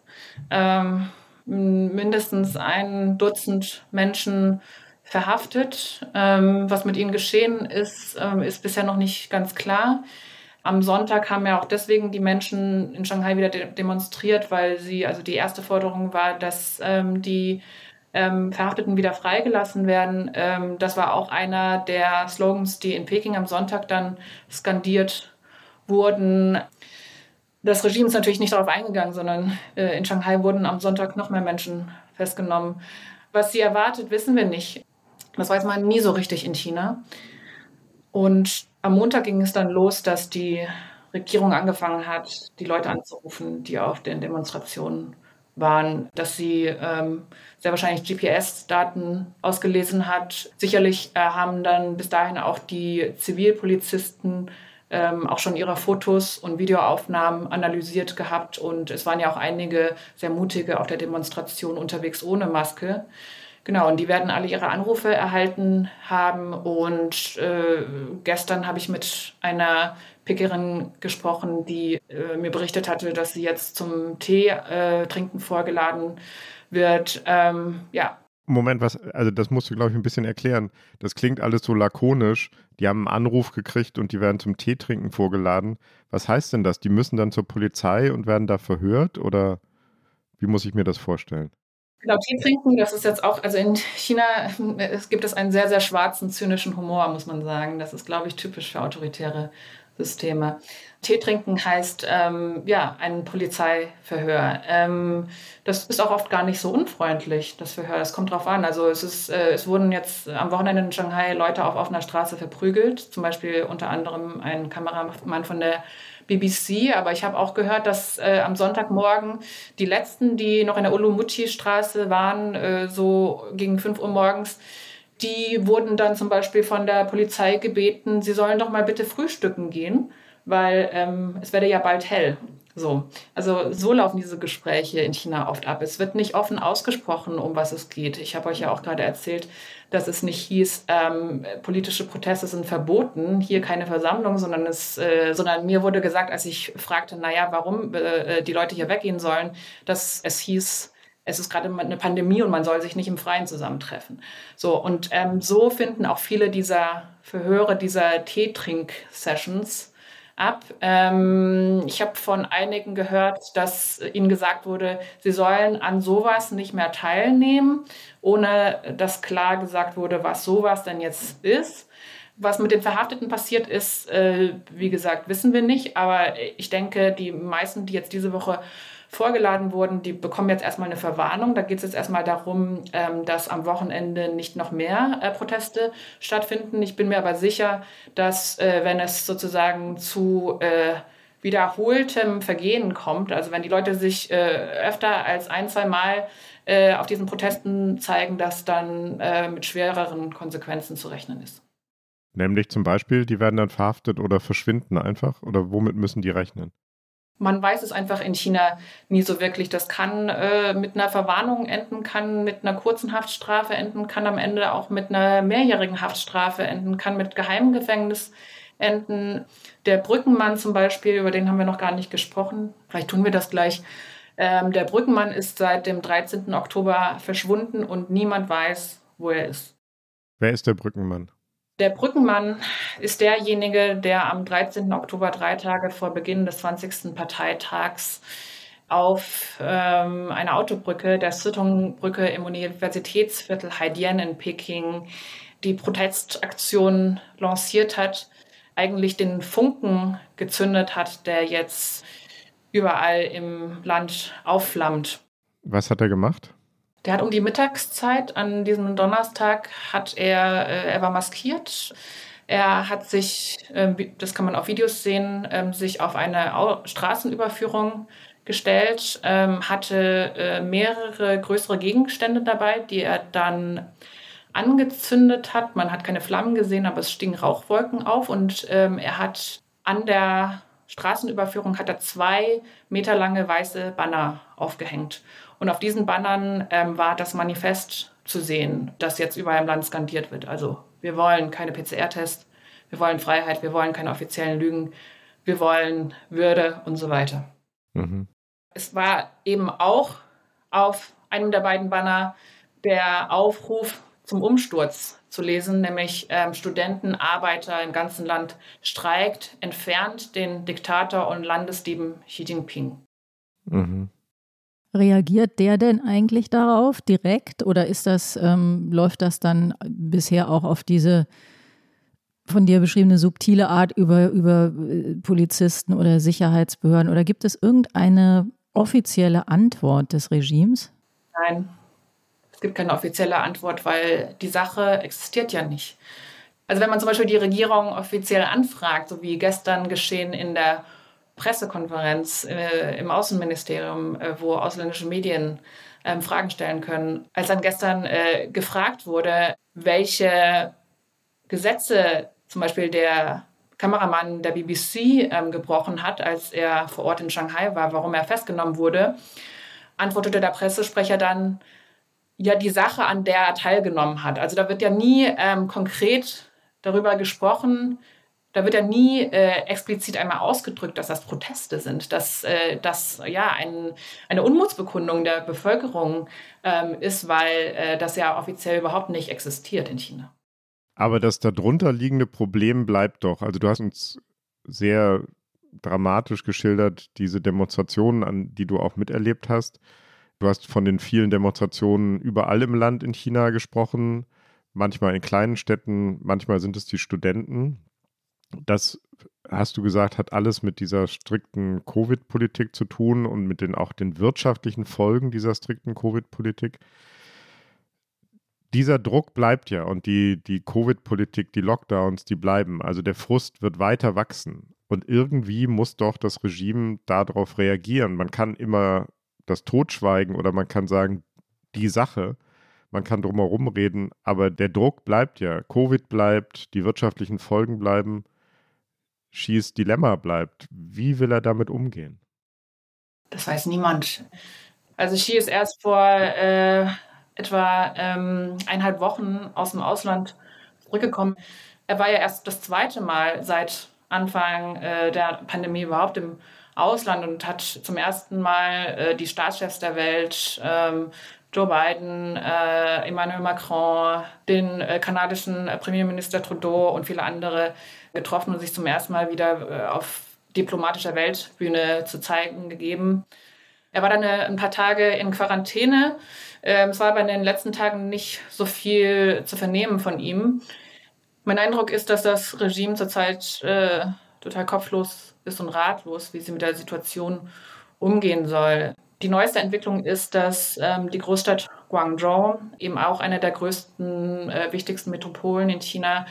mindestens 1 Dutzend Menschen verhaftet. Was mit ihnen geschehen ist, ist bisher noch nicht ganz klar. Am Sonntag haben ja auch deswegen die Menschen in Shanghai wieder demonstriert, weil die erste Forderung war, dass die Verhafteten wieder freigelassen werden. Das war auch einer der Slogans, die in Peking am Sonntag dann skandiert wurden. Das Regime ist natürlich nicht darauf eingegangen, sondern in Shanghai wurden am Sonntag noch mehr Menschen festgenommen. Was sie erwartet, wissen wir nicht. Das weiß man nie so richtig in China. Und am Montag ging es dann los, dass die Regierung angefangen hat, die Leute anzurufen, die auf den Demonstrationen waren, dass sie sehr wahrscheinlich GPS-Daten ausgelesen hat. Sicherlich haben dann bis dahin auch die Zivilpolizisten auch schon ihre Fotos und Videoaufnahmen analysiert gehabt. Und es waren ja auch einige sehr mutige auf der Demonstration unterwegs ohne Maske. Genau, und die werden alle ihre Anrufe erhalten haben. Und gestern habe ich mit einer Pickerin gesprochen, die mir berichtet hatte, dass sie jetzt zum Tee trinken vorgeladen wird. Moment, also das musst du, glaube ich, ein bisschen erklären. Das klingt alles so lakonisch. Die haben einen Anruf gekriegt und die werden zum Tee trinken vorgeladen. Was heißt denn das? Die müssen dann zur Polizei und werden da verhört? Oder wie muss ich mir das vorstellen? Genau, Tee trinken, das ist jetzt auch, also in China gibt es einen sehr, sehr schwarzen, zynischen Humor, muss man sagen. Das ist, glaube ich, typisch für autoritäre Systeme. Tee trinken heißt ein Polizeiverhör. Das ist auch oft gar nicht so unfreundlich, das Verhör. Es kommt drauf an. Also es wurden jetzt am Wochenende in Shanghai Leute auf offener Straße verprügelt. Zum Beispiel unter anderem ein Kameramann von der BBC. Aber ich habe auch gehört, dass am Sonntagmorgen die Letzten, die noch in der Urumqi-Straße waren, so gegen 5 Uhr morgens, die wurden dann zum Beispiel von der Polizei gebeten, sie sollen doch mal bitte frühstücken gehen, weil es werde ja bald hell. So laufen diese Gespräche in China oft ab. Es wird nicht offen ausgesprochen, um was es geht. Ich habe euch ja auch gerade erzählt, dass es nicht hieß, politische Proteste sind verboten, hier keine Versammlung, sondern mir wurde gesagt, als ich fragte, warum die Leute hier weggehen sollen, dass es hieß, es ist gerade eine Pandemie und man soll sich nicht im Freien zusammentreffen. So finden auch viele dieser Verhöre, dieser Teetrink-Sessions ab. Ich habe von einigen gehört, dass ihnen gesagt wurde, sie sollen an sowas nicht mehr teilnehmen, ohne dass klar gesagt wurde, was sowas denn jetzt ist. Was mit den Verhafteten passiert ist, wie gesagt, wissen wir nicht. Aber ich denke, die meisten, die jetzt diese Woche vorgeladen wurden, die bekommen jetzt erstmal eine Verwarnung. Da geht es jetzt erstmal darum, dass am Wochenende nicht noch mehr Proteste stattfinden. Ich bin mir aber sicher, dass wenn es sozusagen zu wiederholtem Vergehen kommt, also wenn die Leute sich öfter als 1-2 Mal auf diesen Protesten zeigen, dass dann mit schwereren Konsequenzen zu rechnen ist. Nämlich zum Beispiel, die werden dann verhaftet oder verschwinden einfach? Oder womit müssen die rechnen? Man weiß es einfach in China nie so wirklich. Das kann mit einer Verwarnung enden, kann mit einer kurzen Haftstrafe enden, kann am Ende auch mit einer mehrjährigen Haftstrafe enden, kann mit Geheimgefängnis enden. Der Brückenmann zum Beispiel, über den haben wir noch gar nicht gesprochen. Vielleicht tun wir das gleich. Der Brückenmann ist seit dem 13. Oktober verschwunden und niemand weiß, wo er ist. Wer ist der Brückenmann? Der Brückenmann ist derjenige, der am 13. Oktober, 3 Tage vor Beginn des 20. Parteitags auf einer Autobrücke, der Sitong-Brücke im Universitätsviertel Haidian in Peking, die Protestaktion lanciert hat, eigentlich den Funken gezündet hat, der jetzt überall im Land aufflammt. Was hat er gemacht? Der hat um die Mittagszeit an diesem Donnerstag, er war maskiert. Er hat sich, das kann man auf Videos sehen, sich auf eine Straßenüberführung gestellt, hatte mehrere größere Gegenstände dabei, die er dann angezündet hat. Man hat keine Flammen gesehen, aber es stiegen Rauchwolken auf und er hat an der Straßenüberführung 2 Meter lange weiße Banner aufgehängt. Und auf diesen Bannern war das Manifest zu sehen, das jetzt überall im Land skandiert wird. Also wir wollen keine PCR-Tests, wir wollen Freiheit, wir wollen keine offiziellen Lügen, wir wollen Würde und so weiter. Mhm. Es war eben auch auf einem der beiden Banner der Aufruf zum Umsturz zu lesen, nämlich Studenten, Arbeiter im ganzen Land streikt, entfernt den Diktator und Landesdieben Xi Jinping. Mhm. Reagiert der denn eigentlich darauf direkt oder läuft das dann bisher auch auf diese von dir beschriebene subtile Art über Polizisten oder Sicherheitsbehörden oder gibt es irgendeine offizielle Antwort des Regimes? Nein, es gibt keine offizielle Antwort, weil die Sache existiert ja nicht. Also wenn man zum Beispiel die Regierung offiziell anfragt, so wie gestern geschehen in der Pressekonferenz im Außenministerium, wo ausländische Medien Fragen stellen können. Als dann gestern gefragt wurde, welche Gesetze zum Beispiel der Kameramann der BBC gebrochen hat, als er vor Ort in Shanghai war, warum er festgenommen wurde, antwortete der Pressesprecher dann, ja, die Sache, an der er teilgenommen hat. Also da wird ja nie konkret darüber gesprochen, da wird ja nie explizit einmal ausgedrückt, dass das Proteste sind, dass das eine Unmutsbekundung der Bevölkerung ist, weil das ja offiziell überhaupt nicht existiert in China. Aber das darunter liegende Problem bleibt doch. Also du hast uns sehr dramatisch geschildert, diese Demonstrationen, an die du auch miterlebt hast. Du hast von den vielen Demonstrationen überall im Land in China gesprochen, manchmal in kleinen Städten, manchmal sind es die Studenten. Das hast du gesagt, hat alles mit dieser strikten Covid-Politik zu tun und mit auch den wirtschaftlichen Folgen dieser strikten Covid-Politik. Dieser Druck bleibt ja und die Covid-Politik, die Lockdowns, die bleiben. Also der Frust wird weiter wachsen. Und irgendwie muss doch das Regime darauf reagieren. Man kann immer das totschweigen oder man kann sagen, die Sache, man kann drumherum reden, aber der Druck bleibt ja. Covid bleibt, die wirtschaftlichen Folgen bleiben, Xis Dilemma bleibt. Wie will er damit umgehen? Das weiß niemand. Also Xi ist erst vor etwa 1,5 Wochen aus dem Ausland zurückgekommen. Er war ja erst das zweite Mal seit Anfang der Pandemie überhaupt im Ausland und hat zum ersten Mal die Staatschefs der Welt, Joe Biden, Emmanuel Macron, den kanadischen Premierminister Trudeau und viele andere getroffen und sich zum ersten Mal wieder auf diplomatischer Weltbühne zu zeigen gegeben. Er war dann ein paar Tage in Quarantäne. Es war aber in den letzten Tagen nicht so viel zu vernehmen von ihm. Mein Eindruck ist, dass das Regime zurzeit total kopflos ist und ratlos, wie sie mit der Situation umgehen soll. Die neueste Entwicklung ist, dass die Großstadt Guangzhou, eben auch eine der größten, wichtigsten Metropolen in China,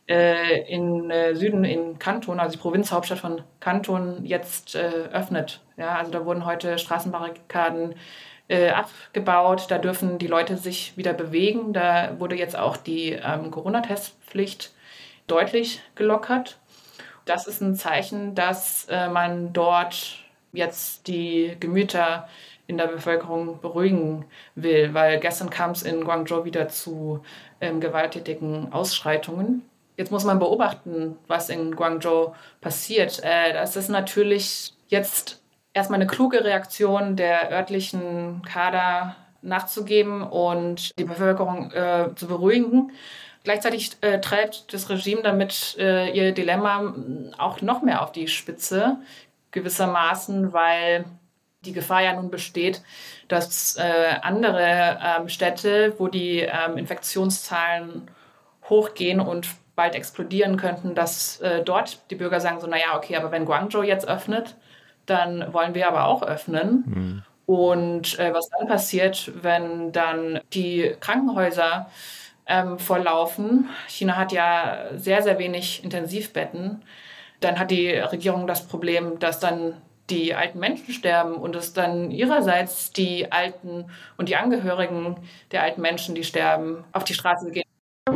in Süden in Kanton, also die Provinzhauptstadt von Kanton, jetzt öffnet. Ja, also da wurden heute Straßenbarrikaden abgebaut, da dürfen die Leute sich wieder bewegen. Da wurde jetzt auch die Corona-Testpflicht deutlich gelockert. Das ist ein Zeichen, dass man dort jetzt die Gemüter in der Bevölkerung beruhigen will, weil gestern kam es in Guangzhou wieder zu gewalttätigen Ausschreitungen. Jetzt muss man beobachten, was in Guangzhou passiert. Das ist natürlich jetzt erstmal eine kluge Reaktion der örtlichen Kader nachzugeben und die Bevölkerung zu beruhigen. Gleichzeitig treibt das Regime damit ihr Dilemma auch noch mehr auf die Spitze, gewissermaßen, weil die Gefahr ja nun besteht, dass andere Städte, wo die Infektionszahlen hochgehen und bald explodieren könnten, dass dort die Bürger sagen so, naja, okay, aber wenn Guangzhou jetzt öffnet, dann wollen wir aber auch öffnen. Mhm. Und was dann passiert, wenn dann die Krankenhäuser volllaufen, China hat ja sehr, sehr wenig Intensivbetten, dann hat die Regierung das Problem, dass dann die alten Menschen sterben und es dann ihrerseits die Alten und die Angehörigen der alten Menschen, die sterben, auf die Straße gehen.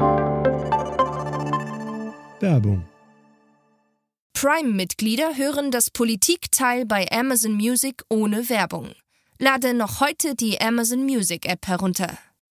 Werbung. Prime-Mitglieder hören das Politikteil bei Amazon Music ohne Werbung. Lade noch heute die Amazon Music App herunter.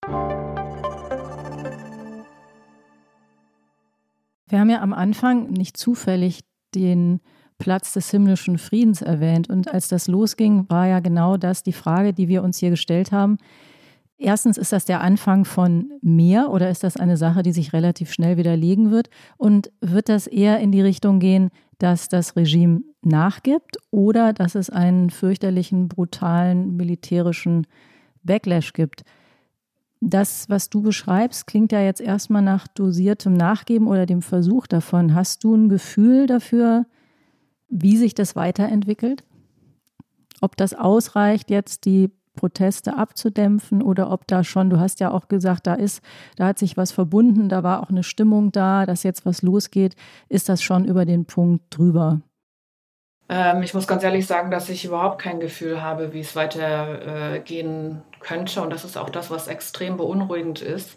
Wir haben ja am Anfang nicht zufällig den Platz des himmlischen Friedens erwähnt. Und als das losging, war ja genau das die Frage, die wir uns hier gestellt haben. Erstens, ist das der Anfang von mehr oder ist das eine Sache, die sich relativ schnell widerlegen wird? Und wird das eher in die Richtung gehen, dass das Regime nachgibt oder dass es einen fürchterlichen, brutalen, militärischen Backlash gibt? Das, was du beschreibst, klingt ja jetzt erstmal nach dosiertem Nachgeben oder dem Versuch davon. Hast du ein Gefühl dafür, wie sich das weiterentwickelt? Ob das ausreicht, jetzt die Proteste abzudämpfen oder ob da schon, du hast ja auch gesagt, da hat sich was verbunden, da war auch eine Stimmung da, dass jetzt was losgeht. Ist das schon über den Punkt drüber? Ich muss ganz ehrlich sagen, dass ich überhaupt kein Gefühl habe, wie es weitergehen könnte. Und das ist auch das, was extrem beunruhigend ist,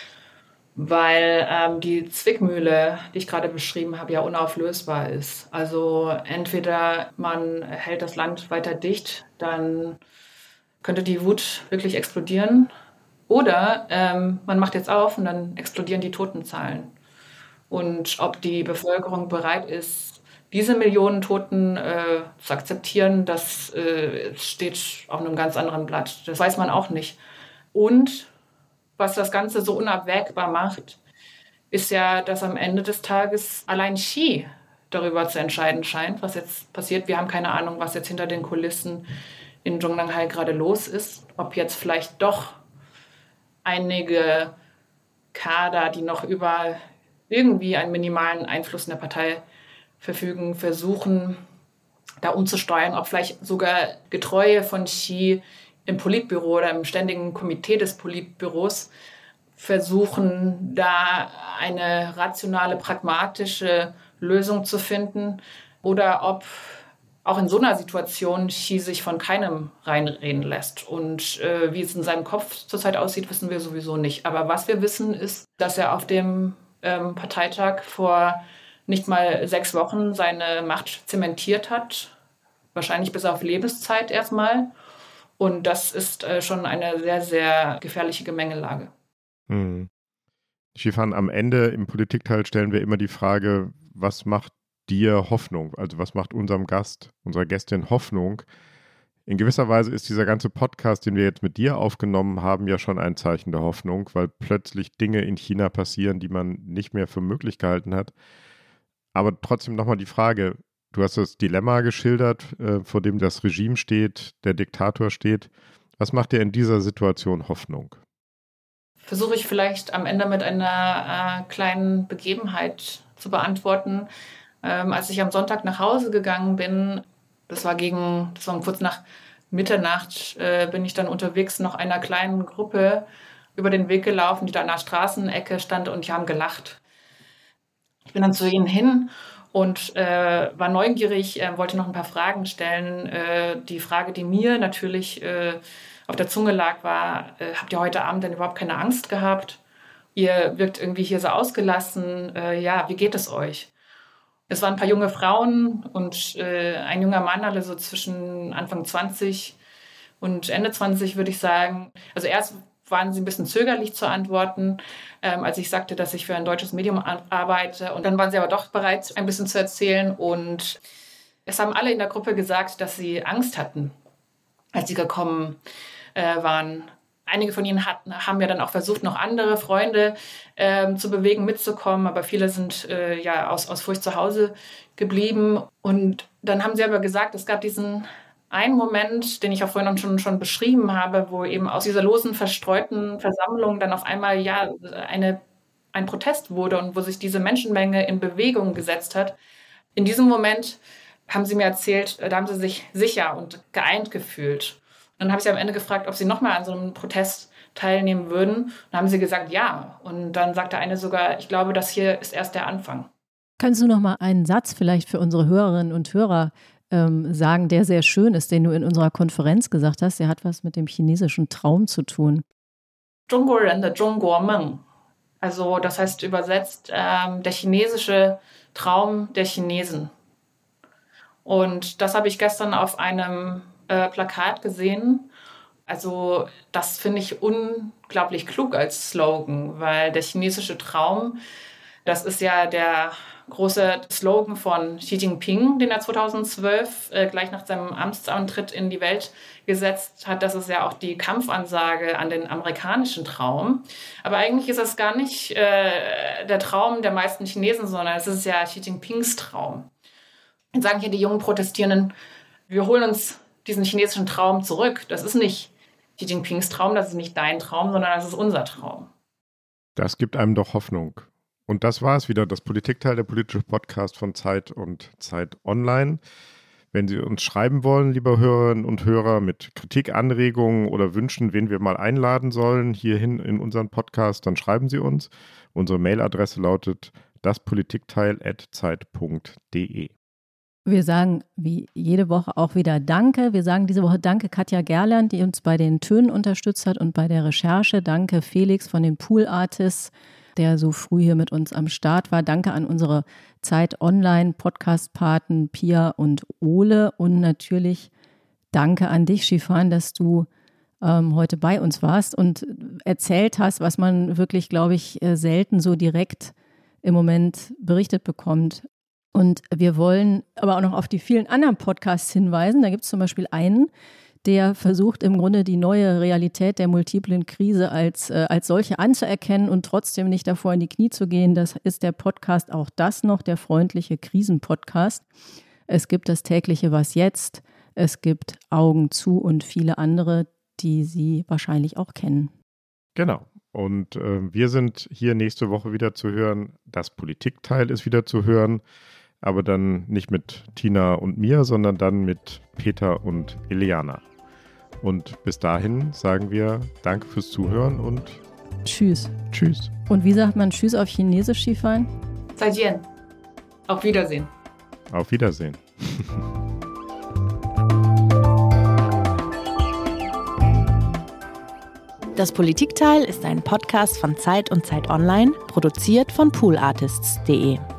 weil die Zwickmühle, die ich gerade beschrieben habe, ja unauflösbar ist. Also entweder man hält das Land weiter dicht, dann könnte die Wut wirklich explodieren. Oder man macht jetzt auf und dann explodieren die Totenzahlen. Und ob die Bevölkerung bereit ist, diese Millionen Toten zu akzeptieren, das steht auf einem ganz anderen Blatt. Das weiß man auch nicht. Und was das Ganze so unabwägbar macht, ist ja, dass am Ende des Tages allein Xi darüber zu entscheiden scheint, was jetzt passiert. Wir haben keine Ahnung, was jetzt hinter den Kulissen in Zhongnanhai gerade los ist. Ob jetzt vielleicht doch einige Kader, die noch über irgendwie einen minimalen Einfluss in der Partei verfügen, versuchen, da umzusteuern, ob vielleicht sogar Getreue von Xi im Politbüro oder im ständigen Komitee des Politbüros versuchen, da eine rationale, pragmatische Lösung zu finden oder ob auch in so einer Situation Xi sich von keinem reinreden lässt. Und wie es in seinem Kopf zurzeit aussieht, wissen wir sowieso nicht. Aber was wir wissen, ist, dass er auf dem Parteitag vor nicht mal 6 Wochen seine Macht zementiert hat, wahrscheinlich bis auf Lebenszeit erstmal. Und das ist schon eine sehr, sehr gefährliche Gemengelage. Shifan, am Ende im Politikteil stellen wir immer die Frage, was macht dir Hoffnung? Also was macht unserem Gast, unserer Gästin Hoffnung? In gewisser Weise ist dieser ganze Podcast, den wir jetzt mit dir aufgenommen haben, ja schon ein Zeichen der Hoffnung, weil plötzlich Dinge in China passieren, die man nicht mehr für möglich gehalten hat. Aber trotzdem nochmal die Frage, du hast das Dilemma geschildert, vor dem das Regime steht, der Diktator steht. Was macht dir in dieser Situation Hoffnung? Versuche ich vielleicht am Ende mit einer kleinen Begebenheit zu beantworten. Als ich am Sonntag nach Hause gegangen bin, das war um kurz nach Mitternacht, bin ich dann unterwegs noch einer kleinen Gruppe über den Weg gelaufen, die da an der Straßenecke stand und die haben gelacht. Ich bin dann zu ihnen hin und war neugierig, wollte noch ein paar Fragen stellen. Die Frage, die mir natürlich auf der Zunge lag, war, habt ihr heute Abend denn überhaupt keine Angst gehabt? Ihr wirkt irgendwie hier so ausgelassen. Ja, wie geht es euch? Es waren ein paar junge Frauen und ein junger Mann, alle so zwischen Anfang 20 und Ende 20, würde ich sagen. Also erst waren sie ein bisschen zögerlich zu antworten, als ich sagte, dass ich für ein deutsches Medium arbeite. Und dann waren sie aber doch bereit, ein bisschen zu erzählen. Und es haben alle in der Gruppe gesagt, dass sie Angst hatten, als sie gekommen waren. Einige von ihnen haben ja dann auch versucht, noch andere Freunde zu bewegen, mitzukommen. Aber viele sind aus Furcht zu Hause geblieben. Und dann haben sie aber gesagt, es gab diesen einen Moment, den ich auch vorhin schon beschrieben habe, wo eben aus dieser losen, verstreuten Versammlung dann auf einmal ein Protest wurde und wo sich diese Menschenmenge in Bewegung gesetzt hat. In diesem Moment haben sie mir erzählt, da haben sie sich sicher und geeint gefühlt. Und dann habe ich sie am Ende gefragt, ob sie nochmal an so einem Protest teilnehmen würden. Und dann haben sie gesagt, ja. Und dann sagte eine sogar, ich glaube, das hier ist erst der Anfang. Kannst du noch mal einen Satz vielleicht für unsere Hörerinnen und Hörer sagen, der sehr schön ist, den du in unserer Konferenz gesagt hast? Der hat was mit dem chinesischen Traum zu tun. 中国人的中国梦. Also das heißt übersetzt der chinesische Traum der Chinesen. Und das habe ich gestern auf einem Plakat gesehen. Also das finde ich unglaublich klug als Slogan, weil der chinesische Traum, das ist ja der große Slogan von Xi Jinping, den er 2012 gleich nach seinem Amtsantritt in die Welt gesetzt hat. Das ist ja auch die Kampfansage an den amerikanischen Traum. Aber eigentlich ist das gar nicht der Traum der meisten Chinesen, sondern es ist ja Xi Jinpings Traum. Jetzt sagen hier die jungen Protestierenden, wir holen uns diesen chinesischen Traum zurück. Das ist nicht Xi Jinpings Traum, das ist nicht dein Traum, sondern das ist unser Traum. Das gibt einem doch Hoffnung. Und das war es wieder, das Politikteil, der politische Podcast von Zeit und Zeit Online. Wenn Sie uns schreiben wollen, liebe Hörerinnen und Hörer, mit Kritik, Anregungen oder Wünschen, wen wir mal einladen sollen, hierhin in unseren Podcast, dann schreiben Sie uns. Unsere Mailadresse lautet daspolitikteil@zeit.de. Wir sagen wie jede Woche auch wieder Danke. Wir sagen diese Woche Danke Katja Gerland, die uns bei den Tönen unterstützt hat und bei der Recherche. Danke Felix von den Pool Artists, der so früh hier mit uns am Start war. Danke an unsere Zeit Online Podcast-Paten Pia und Ole. Und natürlich danke an dich, Shifan, dass du heute bei uns warst und erzählt hast, was man wirklich, glaube ich, selten so direkt im Moment berichtet bekommt. Und wir wollen aber auch noch auf die vielen anderen Podcasts hinweisen. Da gibt es zum Beispiel einen, der versucht im Grunde die neue Realität der multiplen Krise als solche anzuerkennen und trotzdem nicht davor in die Knie zu gehen. Das ist der Podcast Auch das noch, der freundliche Krisenpodcast. Es gibt das tägliche Was jetzt, es gibt Augen zu und viele andere, die Sie wahrscheinlich auch kennen. Genau. Und wir sind hier nächste Woche wieder zu hören. Das Politikteil ist wieder zu hören. aber dann nicht mit Tina und mir, sondern dann mit Peter und Eliana. Und bis dahin sagen wir Danke fürs Zuhören und Tschüss. Tschüss. Und wie sagt man Tschüss auf Chinesisch, Xifan? 再见. Auf Wiedersehen. Auf Wiedersehen. Das Politikteil ist ein Podcast von Zeit und Zeit Online, produziert von poolartists.de.